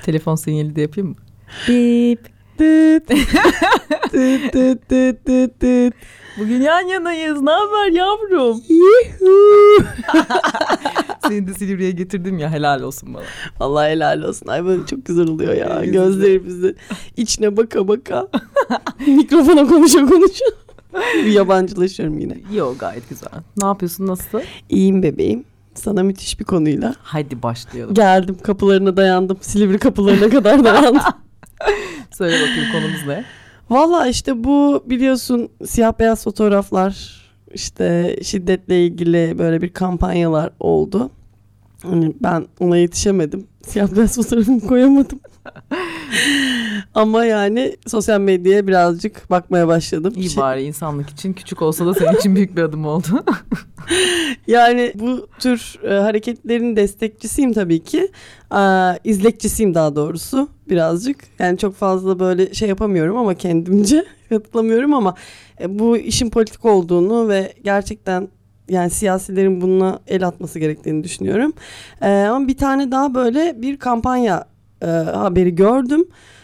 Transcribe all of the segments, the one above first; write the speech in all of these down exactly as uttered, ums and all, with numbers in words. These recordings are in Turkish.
Telefon sinyali de yapayım mı? Bip. Tıt. Tıt tıt tıt tıt tıt. Bugün yan yanayız. Ne haber yavrum? Yuhuu. Seni de Silivri'ye getirdim ya, helal olsun bana. Allah helal olsun. Ay böyle çok güzel oluyor ya. Güzel. Gözlerimizi içine baka baka. Mikrofona konuşa konuşa. Bir yabancılaşıyorum yine. Yok, gayet güzel. Ne yapıyorsun, nasıl? İyiyim bebeğim. Sana müthiş bir konuyla Hadi başlayalım. geldim, kapılarına dayandım. Silivri kapılarına kadar dayandım. Söyle bakayım, konumuz ne? Valla işte bu biliyorsun siyah beyaz fotoğraflar, işte şiddetle ilgili böyle bir kampanyalar oldu. Hani ben ona yetişemedim. Siyah beyaz fotoğrafımı koyamadım. Ama yani sosyal medyaya birazcık bakmaya başladım. İyi Şey- bari, insanlık için küçük olsa da senin için büyük bir adım oldu. Yani bu tür e, hareketlerin destekçisiyim tabii ki. E, izlekçisiyim daha doğrusu birazcık. Yani çok fazla böyle şey yapamıyorum ama kendimce katılamıyorum ama e, bu işin politik olduğunu ve gerçekten yani siyasilerin bununla el atması gerektiğini düşünüyorum. E, ama bir tane daha böyle bir kampanya e, haberi gördüm.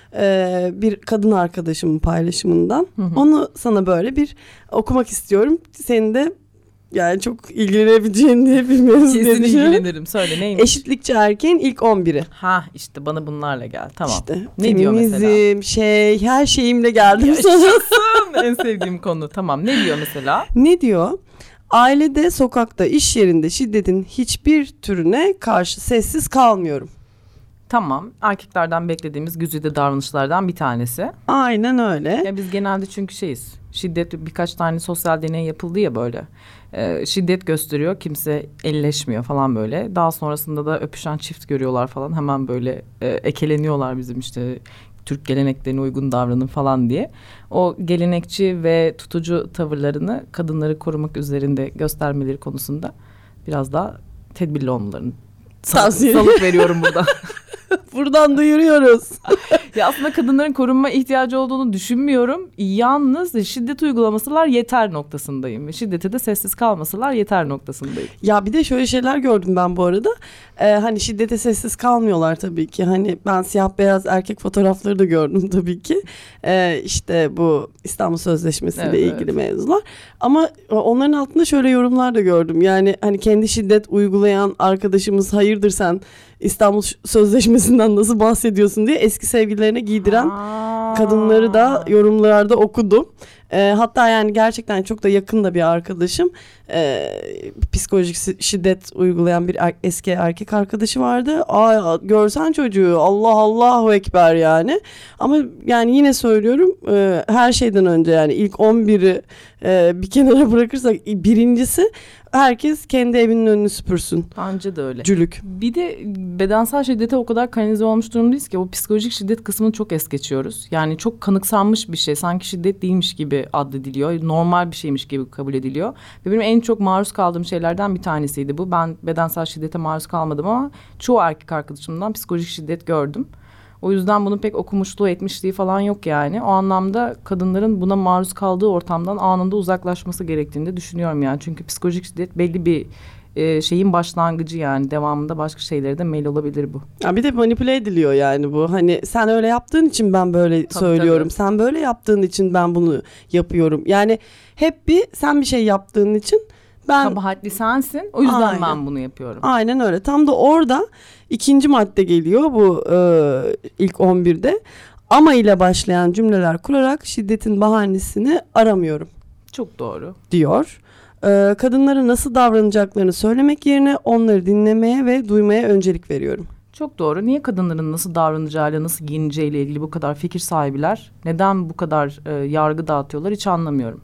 E, bir kadın arkadaşımın paylaşımından. Hı hı. Onu sana böyle bir okumak istiyorum. Senin de yani çok ilgilenebileceğini de bir mevzu diye Kesin düşünüyorum. ilgilenirim. Söyle, neymiş? Eşitlikçi erkeğin ilk on biri. Ha işte bana bunlarla gel. Tamam. İşte Ne diyor mesela? feminizm, şey, her şeyimle geldim sana. Yaşasın. En sevdiğim konu. Tamam, ne diyor mesela? Ne diyor? Ailede, sokakta, iş yerinde şiddetin hiçbir türüne karşı sessiz kalmıyorum. Tamam, erkeklerden beklediğimiz güzide davranışlardan bir tanesi. Aynen öyle. Ya biz genelde çünkü şeyiz. Şiddet, birkaç tane sosyal deney yapıldı ya böyle. Ee, şiddet gösteriyor, kimse elleşmiyor falan böyle. Daha sonrasında da öpüşen çift görüyorlar falan. Hemen böyle e, ekeleniyorlar bizim işte Türk geleneklerine uygun davranın falan diye. O gelenekçi ve tutucu tavırlarını kadınları korumak üzerinde göstermeleri konusunda biraz daha tedbirli olmalarını Tavsiye. salık veriyorum burada. Buradan duyuruyoruz. Ya aslında kadınların korunma ihtiyacı olduğunu düşünmüyorum. Yalnız şiddet uygulamasalar yeter noktasındayım. Ve şiddete de sessiz kalmasalar yeter noktasındayım. Ya bir de şöyle şeyler gördüm ben bu arada. Ee, hani şiddete sessiz kalmıyorlar tabii ki. Hani ben siyah beyaz erkek fotoğrafları da gördüm tabii ki. Ee, işte bu İstanbul Sözleşmesi ile Evet, ilgili evet. mevzular. Ama onların altında şöyle yorumlar da gördüm. Yani hani kendi şiddet uygulayan arkadaşımız hayırdır sen İstanbul Sözleşmesi'nden nasıl bahsediyorsun diye eski sevgililerine giydiren Aa. kadınları da yorumlarda okudum. E, hatta yani gerçekten çok da yakın da bir arkadaşım. E, psikolojik şiddet uygulayan bir er, eski erkek arkadaşı vardı. Aa, görsen çocuğu Allah Allahu Ekber yani. Ama yani yine söylüyorum e, her şeyden önce yani ilk on biri e, bir kenara bırakırsak birincisi herkes kendi evinin önünü süpürsün. Bence de öyle. Cülük. Bir de bedensel şiddete o kadar kanalize olmuş durumdayız ki o psikolojik şiddet kısmını çok es geçiyoruz. Yani çok kanıksanmış bir şey. Sanki şiddet değilmiş gibi addediliyor. Normal bir şeymiş gibi kabul ediliyor. Ve benim en çok maruz kaldığım şeylerden bir tanesiydi bu. Ben bedensel şiddete maruz kalmadım ama çoğu erkek arkadaşımdan psikolojik şiddet gördüm. O yüzden bunun pek okumuşluğu etmişliği falan yok yani. O anlamda kadınların buna maruz kaldığı ortamdan anında uzaklaşması gerektiğini de düşünüyorum yani. Çünkü psikolojik şiddet belli bir e, şeyin başlangıcı yani. Devamında başka şeylere de mail olabilir bu. Ya bir de manipüle ediliyor yani bu. Hani sen öyle yaptığın için ben böyle Tabii, söylüyorum. tabii. Sen böyle yaptığın için ben bunu yapıyorum. Yani hep bir sen bir şey yaptığın için ben... Kabahatli sensin. O yüzden Aynen. ben bunu yapıyorum. Aynen öyle. Tam da orada ikinci madde geliyor bu e, ilk on birde. Ama ile başlayan cümleler kurarak şiddetin bahanesini aramıyorum Çok doğru. diyor. E, kadınlara nasıl davranacaklarını söylemek yerine onları dinlemeye ve duymaya öncelik veriyorum. Çok doğru. Niye kadınların nasıl davranacağıyla, nasıl giyineceğiyle ilgili bu kadar fikir sahibiler? Neden bu kadar e, yargı dağıtıyorlar hiç anlamıyorum.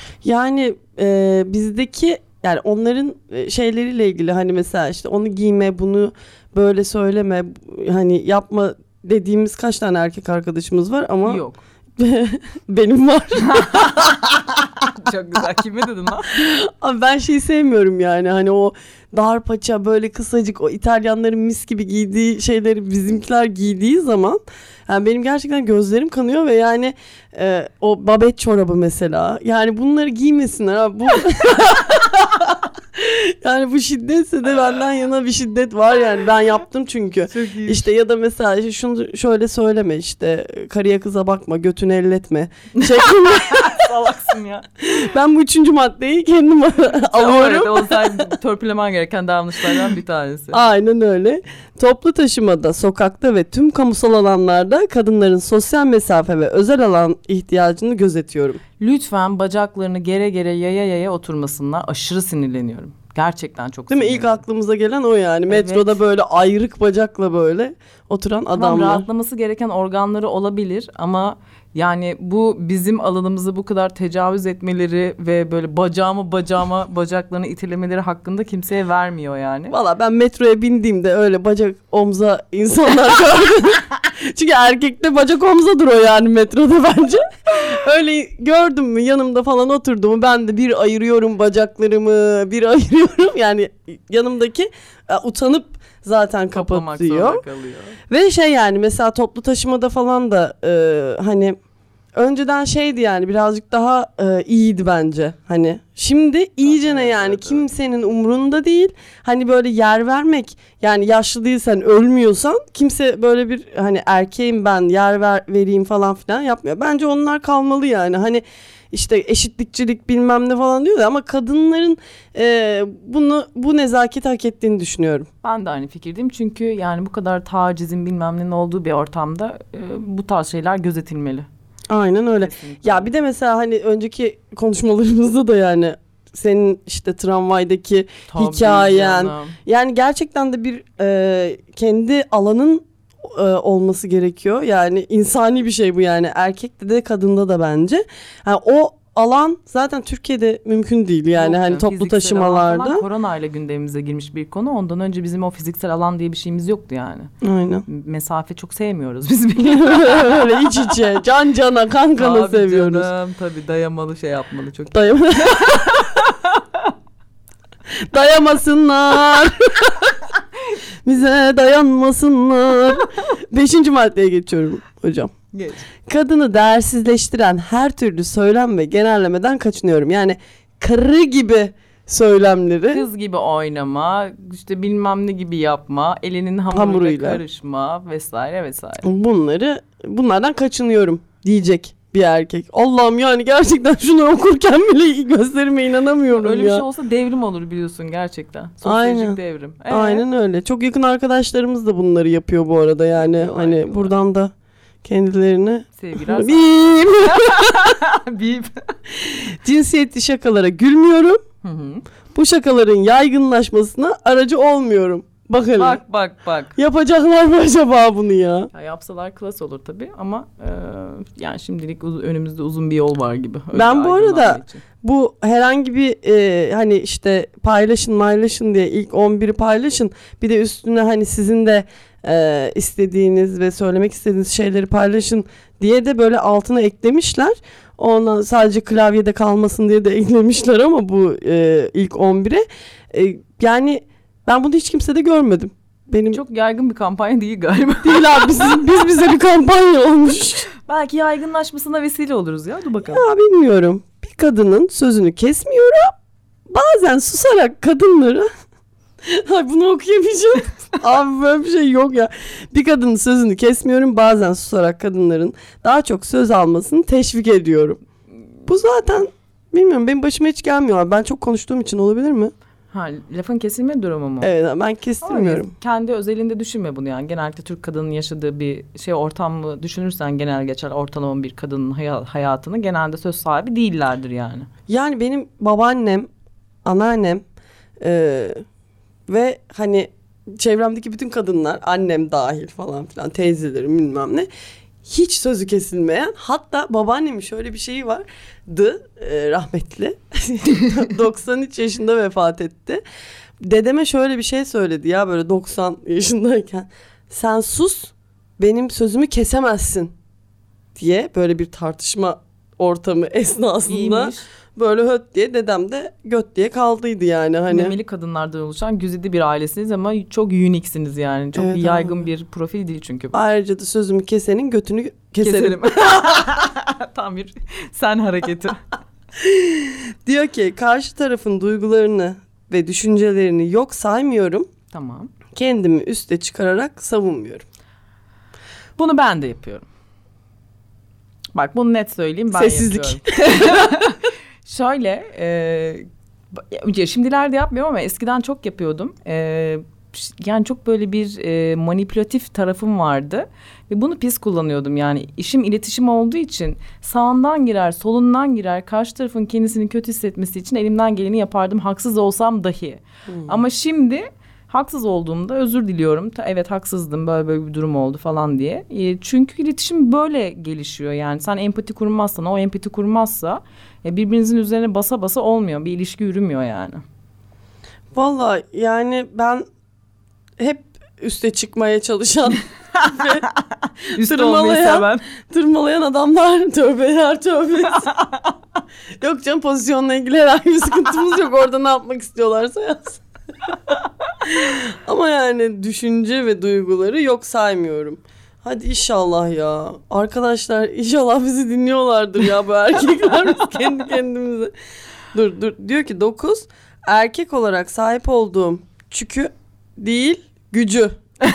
Yani e, bizdeki yani onların e, şeyleriyle ilgili hani mesela işte onu giyme, bunu böyle söyleme, hani yapma dediğimiz kaç tane erkek arkadaşımız var ama Yok. benim var. Çok güzel. Kime dedin lan? Abi ben şeyi sevmiyorum yani hani o dar paça böyle kısacık o İtalyanların mis gibi giydiği şeyleri bizimkiler giydiği zaman yani benim gerçekten gözlerim kanıyor ve yani e, o babet çorabı mesela yani bunları giymesinler abi bu Yani bu şiddetse de benden yana bir şiddet var yani. Ben yaptım çünkü. Çok iyi. İşte ya da mesela işte şunu şöyle söyleme işte karıya kıza bakma götünü elletme şeklinde. Salaksın ya. Ben bu üçüncü maddeyi kendim alıyorum. Evet, o sen törpülemen gereken davranışlardan bir tanesi. Aynen öyle. Toplu taşımada, sokakta ve tüm kamusal alanlarda kadınların sosyal mesafe ve özel alan ihtiyacını gözetiyorum. Lütfen bacaklarını gere gere yaya yaya oturmasınlar. Aşırı sinirleniyorum. Gerçekten çok Değil mi? İlk sinirleniyorum. aklımıza gelen o yani. Evet. Metroda böyle ayrık bacakla böyle oturan Tamam, adamlar. rahatlaması gereken organları olabilir ama yani bu bizim alanımızı bu kadar tecavüz etmeleri ve böyle bacağıma bacağıma bacaklarını itelemeleri hakkında kimseye vermiyor yani. Valla ben metroya bindiğimde öyle bacak omza insanlar gördüm. Çünkü erkekte bacak omza duruyor yani metroda bence. Öyle gördüm mü yanımda falan oturdu mu ben de bir ayırıyorum bacaklarımı, bir ayırıyorum. Yani yanımdaki utanıp zaten Toplamak kapatıyor. zorunda kalıyor. Ve şey yani mesela toplu taşımada falan da e, hani önceden şeydi yani birazcık daha e, iyiydi bence. Hani şimdi iyicene Evet, yani evet, kimsenin umrunda değil. Hani böyle yer vermek yani yaşlı değilsen ölmüyorsan kimse böyle bir hani erkeğim ben yer ver, vereyim falan filan yapmıyor. Bence onlar kalmalı yani hani işte eşitlikçilik bilmem ne falan diyor da ama kadınların e, bunu bu nezaketi hak ettiğini düşünüyorum. Ben de aynı fikirdeyim çünkü yani bu kadar tacizin bilmem nenin olduğu bir ortamda e, bu tarz şeyler gözetilmeli. Aynen öyle. Kesinlikle. Ya bir de mesela hani önceki konuşmalarımızda da yani senin işte tramvaydaki Tabii hikayen canım. yani gerçekten de bir e, kendi alanın e, olması gerekiyor. Yani insani bir şey bu yani erkekte de kadında da bence. Yani o alan zaten Türkiye'de mümkün değil yani Yok hani canım, toplu fiziksel alan taşımalarda. falan korona ile gündemimize girmiş bir konu. Ondan önce bizim o fiziksel alan diye bir şeyimiz yoktu yani. Aynen. Mesafe çok sevmiyoruz biz. Öyle iç içe can cana kan kana Tabii seviyoruz. Canım, tabii dayamalı şey yapmalı çok. Dayam Dayamasınlar. Bize dayanmasınlar. Beşinci maddeye geçiyorum hocam. Geç. Kadını değersizleştiren her türlü söylem ve genellemeden kaçınıyorum. Yani karı gibi söylemleri. Kız gibi oynama, işte bilmem ne gibi yapma, elinin hamuruyla, Hamuruyla. karışma vesaire vesaire. Bunları bunlardan kaçınıyorum diyecek bir erkek. Allah'ım yani gerçekten şunu okurken bile gözlerime inanamıyorum Öyle ya. bir şey olsa devrim olur biliyorsun gerçekten. Sosyolojik Aynen. devrim. Ee? Aynen öyle. Çok yakın arkadaşlarımız da bunları yapıyor bu arada yani. Yapıyorlar, hani yapıyorlar. buradan da kendilerine Sevgiler. Bip. Bip. Cinsiyetçi şakalara gülmüyorum. Hı hı. Bu şakaların yaygınlaşmasına aracı olmuyorum. Bak hele. Bak bak bak. Yapacaklar mı acaba bunu ya? Ya yapsalar klas olur tabii ama e, yani şimdilik uz- önümüzde uzun bir yol var gibi. Öyle Ben bu arada- aydınlanma için. Bu herhangi bir e, hani işte paylaşın paylaşın diye ilk on biri paylaşın. Bir de üstüne hani sizin de e, istediğiniz ve söylemek istediğiniz şeyleri paylaşın diye de böyle altına eklemişler. Ondan sadece klavyede kalmasın diye de eklemişler ama bu e, ilk on bire. E, yani ben bunu hiç kimsede görmedim. Benim Çok yaygın bir kampanya değil galiba. değil abi biz, biz bize bir kampanya olmuş. Belki yaygınlaşmasına vesile oluruz ya. Dur bakalım. Ya bilmiyorum. Bir kadının sözünü kesmiyorum. Bazen susarak kadınları... Ay bunu okuyamayacağım. Abi böyle bir şey yok ya. Bir kadının sözünü kesmiyorum. Bazen susarak kadınların daha çok söz almasını teşvik ediyorum. Bu zaten bilmiyorum benim başıma hiç gelmiyor. Ben çok konuştuğum için olabilir mi? Ha, lafın kesilme durumu mu? Evet ben Ama kestirmiyorum. kendi özelinde düşünme bunu yani. Genellikle Türk kadının yaşadığı bir şey ortamı düşünürsen genel geçer ortalama bir kadının hay- hayatını genelde söz sahibi değillerdir yani. Yani benim babaannem, anneannem e, ve hani çevremdeki bütün kadınlar, annem dahil falan filan, teyzelerim bilmem ne, hiç sözü kesilmeyen, hatta babaannemin şöyle bir şeyi vardı e, rahmetli. doksan üç yaşında vefat etti. Dedeme şöyle bir şey söyledi ya böyle doksan yaşındayken. Sen sus, benim sözümü kesemezsin diye böyle bir tartışma ortamı esnasında İyiymiş. böyle höt diye dedem de göt diye kaldıydı yani hani. Memeli kadınlardan oluşan güzide bir ailesiniz ama çok unique'siniz yani. Çok Evet, yaygın abi. bir profil değil çünkü bu. Ayrıca da sözümü kesenin götünü keserim. Tam bir sen hareketi. Diyor ki karşı tarafın duygularını ve düşüncelerini yok saymıyorum. Tamam. Kendimi üste çıkararak savunmuyorum. Bunu ben de yapıyorum. Bak bunu net söyleyeyim, ben Sessizlik. yapıyorum. Şöyle, e, şimdilerde yapmıyorum ama eskiden çok yapıyordum. E, yani çok böyle bir e, manipülatif tarafım vardı. Ve bunu pis kullanıyordum yani. İşim iletişim olduğu için sağından girer, solundan girer. Karşı tarafın kendisini kötü hissetmesi için elimden geleni yapardım. Haksız olsam dahi. Hmm. Ama şimdi haksız olduğumda özür diliyorum. Evet haksızdım, böyle böyle bir durum oldu falan diye. E, çünkü iletişim böyle gelişiyor yani. Sen empati kurmazsan, o empati kurmazsa e, birbirinizin üzerine basa basa olmuyor. Bir ilişki yürümüyor yani. Vallahi yani ben hep üste çıkmaya çalışan ve tırmalayan, tırmalayan adamlar, tövbeler tövbe. Yok canım, pozisyonla ilgili herhangi bir sıkıntımız yok. Orada ne yapmak istiyorlarsa yazsın. Ama yani düşünce ve duyguları yok saymıyorum. Hadi inşallah ya. Arkadaşlar inşallah bizi dinliyorlardır ya bu erkekler, biz kendi kendimize. Dur dur diyor ki dokuz, erkek olarak sahip olduğum çükü değil gücü.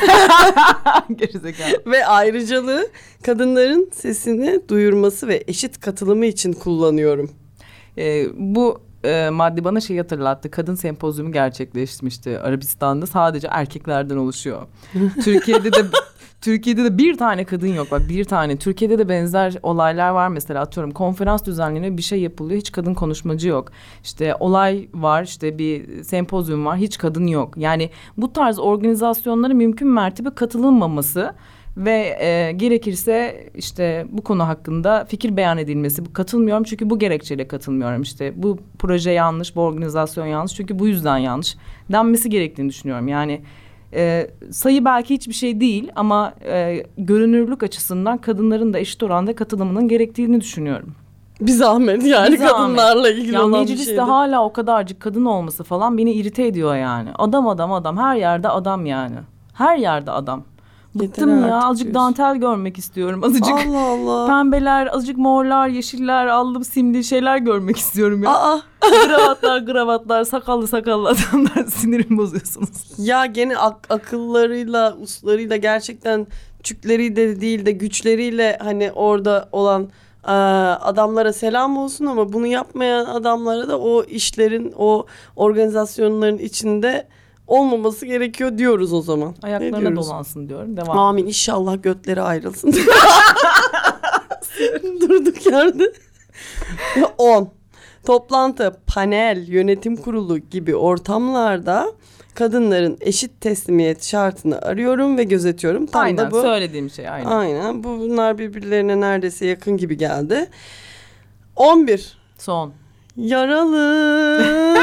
Ve ayrıcalığı kadınların sesini duyurması ve eşit katılımı için kullanıyorum. Ee, bu e, madde bana şey hatırlattı. Kadın sempozyumu gerçekleşmişti Arabistan'da. Sadece erkeklerden oluşuyor. Türkiye'de de Türkiye'de de bir tane kadın yok. Bak bir tane. Türkiye'de de benzer olaylar var mesela, atıyorum konferans düzenleniyor, bir şey yapılıyor, hiç kadın konuşmacı yok. İşte olay var, işte bir sempozyum var, hiç kadın yok. Yani bu tarz organizasyonlara mümkün mertebe katılınmaması ve e, gerekirse işte bu konu hakkında fikir beyan edilmesi. Bu katılmıyorum çünkü bu gerekçeyle katılmıyorum. İşte bu proje yanlış, bu organizasyon yanlış çünkü bu yüzden yanlış denmesi gerektiğini düşünüyorum. Yani Ee, sayı belki hiçbir şey değil ama e, görünürlük açısından kadınların da eşit oranda katılımının gerektiğini düşünüyorum. Bir zahmet yani bir kadınlarla zahmet. ilgili ya olan bir mecliste şeydi. hala o kadarcık kadın olması falan beni irite ediyor yani. Adam adam adam, her yerde adam yani. Her yerde adam. Bıktım Yeter ya, artık azıcık diyorsun. dantel görmek istiyorum. Azıcık Allah Allah. pembeler, azıcık morlar, yeşiller, allı simli şeyler görmek istiyorum ya. Aa. Gravatlar, gravatlar, sakallı sakallı adamlar, sinirimi bozuyorsunuz. Ya gene ak- akıllarıyla, uslarıyla, gerçekten çükleriyle değil de güçleriyle hani orada olan e, adamlara selam olsun, ama bunu yapmayan adamlara da o işlerin, o organizasyonların içinde olmaması gerekiyor diyoruz o zaman. Ayaklarına dolansın diyorum. Devam. Amin, inşallah götleri ayrılsın. Durduk yerde. on. Toplantı, panel, yönetim kurulu gibi ortamlarda kadınların eşit teslimiyet şartını arıyorum ve gözetiyorum. Tam aynen da bu, söylediğim şey aynen. Aynen. Bu, bunlar birbirlerine neredeyse yakın gibi geldi. on bir. Son. Yaralı,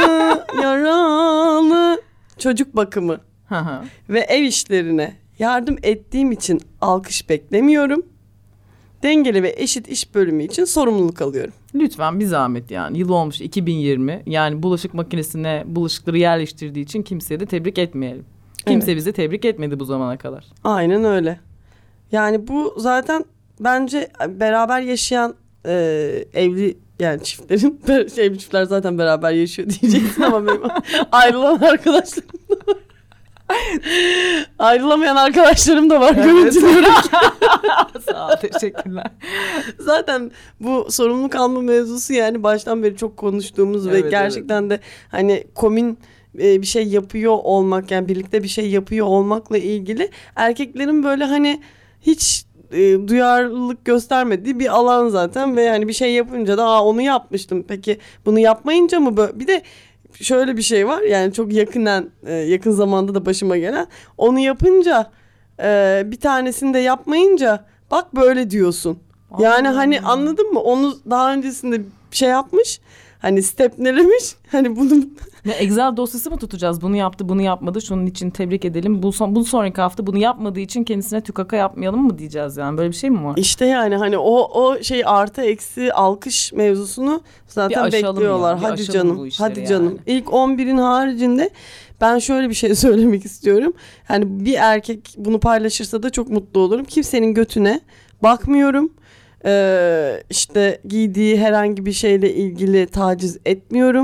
yaralı çocuk bakımı ve ev işlerine yardım ettiğim için alkış beklemiyorum. Dengeli ve eşit iş bölümü için sorumluluk alıyorum. Lütfen bir zahmet yani. Yıl olmuş iki bin yirmi. Yani bulaşık makinesine bulaşıkları yerleştirdiği için kimseye de tebrik etmeyelim. Kimse evet. bizi tebrik etmedi bu zamana kadar. Aynen öyle. Yani bu zaten bence beraber yaşayan e, evli yani çiftlerin, evli çiftler zaten beraber yaşıyor diyeceksin ama benim ayrılan arkadaşlarım da var. Ayrılamayan arkadaşlarım da var, evet. Görüntülüyorum. Sağ ol, teşekkürler. Zaten bu sorumluluk alma mevzusu yani baştan beri çok konuştuğumuz evet, ve gerçekten evet. de hani komün e, bir şey yapıyor olmak, yani birlikte bir şey yapıyor olmakla ilgili erkeklerin böyle hani hiç e, duyarlılık göstermediği bir alan zaten ve yani bir şey yapınca da aa onu yapmıştım, peki bunu yapmayınca mı böyle, bir de şöyle bir şey var yani çok yakından yakın zamanda da başıma gelen, onu yapınca bir tanesini de yapmayınca bak böyle diyorsun. Yani Allah hani Allah. Anladın mı? Onu daha öncesinde bir şey yapmış, hani stepnelemiş, hani bunu ne Excel dosyası mı tutacağız? Bunu yaptı, bunu yapmadı, şunun için tebrik edelim. Bu, son, bu sonraki hafta bunu yapmadığı için kendisine tükaka yapmayalım mı diyeceğiz yani? Böyle bir şey mi var? İşte yani hani o o şey artı eksi alkış mevzusunu zaten bekliyorlar. Ya, hadi canım, hadi yani. Canım. İlk on birin haricinde ben şöyle bir şey söylemek istiyorum. Yani bir erkek bunu paylaşırsa da çok mutlu olurum. Kimsenin götüne bakmıyorum. Ee, işte giydiği herhangi bir şeyle ilgili taciz etmiyorum.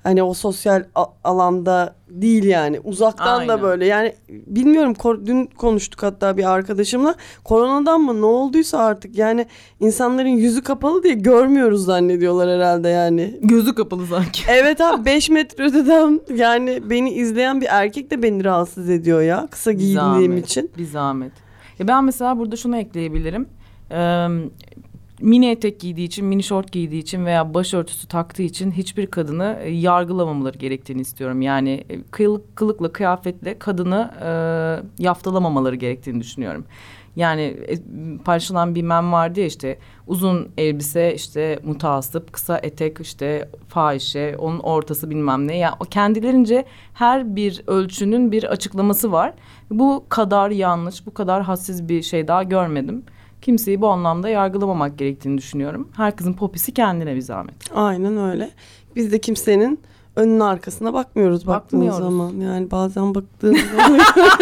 hani o sosyal a- alanda değil yani. Uzaktan Aynen. da böyle yani bilmiyorum, kor- dün konuştuk hatta bir arkadaşımla, koronadan mı ne olduysa artık yani insanların yüzü kapalı diye görmüyoruz zannediyorlar herhalde yani. Gözü kapalı sanki. Evet abi, beş metre öteden yani beni izleyen bir erkek de beni rahatsız ediyor ya, kısa Bir giyindiğim zahmet, için. Bir zahmet. Ya ben mesela burada şunu ekleyebilirim. Ee, mini etek giydiği için, mini şort giydiği için veya başörtüsü taktığı için hiçbir kadını e, yargılamamaları gerektiğini istiyorum. Yani e, kılık, kılıkla, kıyafetle kadını e, yaftalamamaları gerektiğini düşünüyorum. Yani e, paylaşılan bir mem vardı ya, işte uzun elbise işte mutasip, kısa etek işte fahişe, onun ortası bilmem ne. Yani o kendilerince her bir ölçünün bir açıklaması var. Bu kadar yanlış, bu kadar hassiz bir şey daha görmedim. Kimseyi bu anlamda yargılamamak gerektiğini düşünüyorum. Herkesin popisi kendine bir zahmet. Aynen öyle. Biz de kimsenin önüne arkasına bakmıyoruz baktığımız Bakmıyoruz. zaman. Yani bazen baktığımız zaman.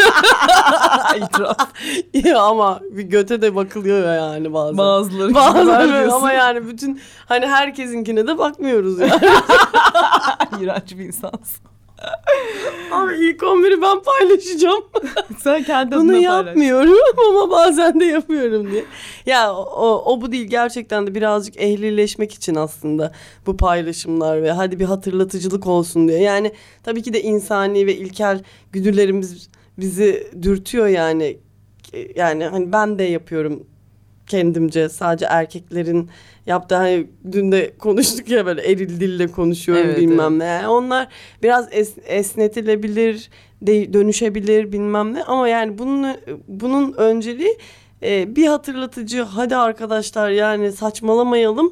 İtiraf. Ya ama bir göte de bakılıyor ya yani bazen. Bazıları. Bazıları ama yani bütün hani herkesinkine de bakmıyoruz yani. İğrenç bir insansın. Ama ilk on biri ben paylaşacağım. Sen kendi Bunu adına paylaş. yapmıyorum ama bazen de yapıyorum diye. Ya o, o bu değil, gerçekten de birazcık ehlileşmek için aslında bu paylaşımlar ve hadi bir hatırlatıcılık olsun diye. Yani tabii ki de insani ve ilkel güdülerimiz bizi dürtüyor yani. Yani hani ben de yapıyorum kendimce, sadece erkeklerin yaptığı, hani dün de konuştuk ya böyle eril dille konuşuyorum Evet, bilmem evet. ne. Yani onlar biraz es- esnetilebilir, de- dönüşebilir bilmem ne, ama yani bunun bunun önceliği e, bir hatırlatıcı, hadi arkadaşlar yani saçmalamayalım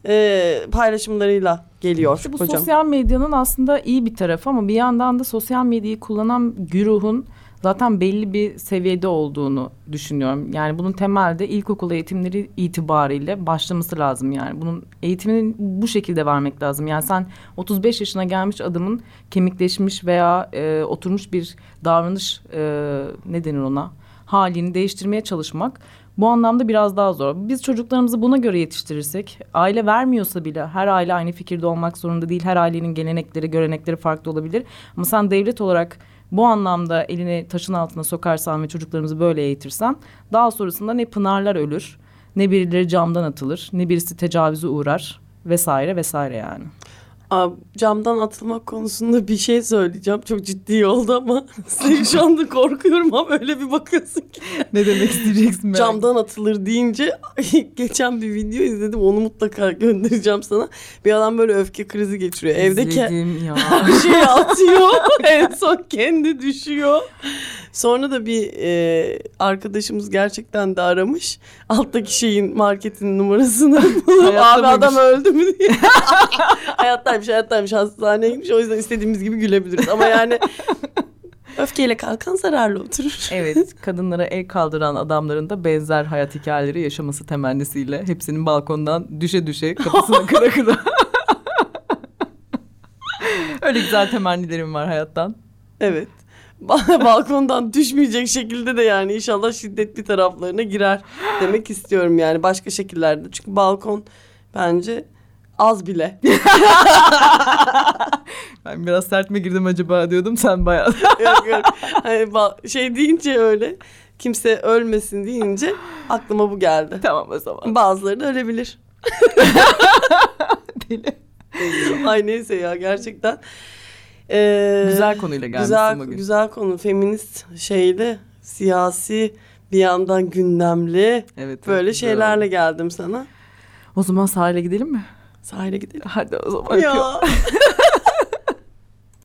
e, paylaşımlarıyla geliyor İşte bu hocam. sosyal medyanın aslında iyi bir tarafı ama bir yandan da sosyal medyayı kullanan güruhun zaten belli bir seviyede olduğunu düşünüyorum. Yani bunun temelde ilkokul eğitimleri itibariyle başlaması lazım yani. Bunun eğitimini bu şekilde vermek lazım. Yani sen otuz beş yaşına gelmiş adamın kemikleşmiş veya e, oturmuş bir davranış e, ne denir ona, halini değiştirmeye çalışmak bu anlamda biraz daha zor. Biz çocuklarımızı buna göre yetiştirirsek, aile vermiyorsa bile, her aile aynı fikirde olmak zorunda değil. Her ailenin gelenekleri, görenekleri farklı olabilir. Ama sen devlet olarak bu anlamda elini taşın altına sokarsan ve çocuklarımızı böyle eğitirsen, daha sonrasında ne pınarlar ölür, ne birileri camdan atılır, ne birisi tecavüze uğrar vesaire vesaire yani. Abi, camdan atılmak konusunda bir şey söyleyeceğim. Çok ciddi oldu ama sen şu anda korkuyorum ama öyle bir bakıyorsun ki. Ne demek isteyeceksin? Camdan atılır deyince geçen bir video izledim, onu mutlaka göndereceğim sana. Bir adam böyle öfke krizi geçiriyor. Evde ke- İzledim ya. bir şey atıyor. En son kendi düşüyor. Sonra da bir e, arkadaşımız gerçekten de aramış. Alttaki şeyin, marketin numarasını bulup abi Hayatta adam mıymış? öldü mü diye. hayattaymış hayattaymış hastaneye gitmiş, o yüzden istediğimiz gibi gülebiliriz. Ama yani öfkeyle kalkan zararlı oturur. Evet, kadınlara el kaldıran adamların da benzer hayat hikayeleri yaşaması temennisiyle hepsinin balkondan düşe düşe, kapısını kıra kıra. Öyle güzel temennilerim var hayattan. Evet. Balkondan düşmeyecek şekilde de yani inşallah şiddetli taraflarına girer demek istiyorum yani başka şekillerde. Çünkü balkon bence az bile. Ben biraz sert mi girdim acaba diyordum, sen bayağı. Yok yok. Hani ba- şey deyince, öyle kimse ölmesin deyince aklıma bu geldi. Tamam o zaman. Bazıları da ölebilir. Deli. Ay neyse ya, gerçekten. Ee, Güzel konuyla gelmişsin güzel, bugün. Güzel konu. Feminist şeyli, siyasi, bir yandan gündemli. Evet, Böyle evet, şeylerle güzel. geldim sana. O zaman sahile gidelim mi? Sahile gidelim. Hadi o zaman. Ya.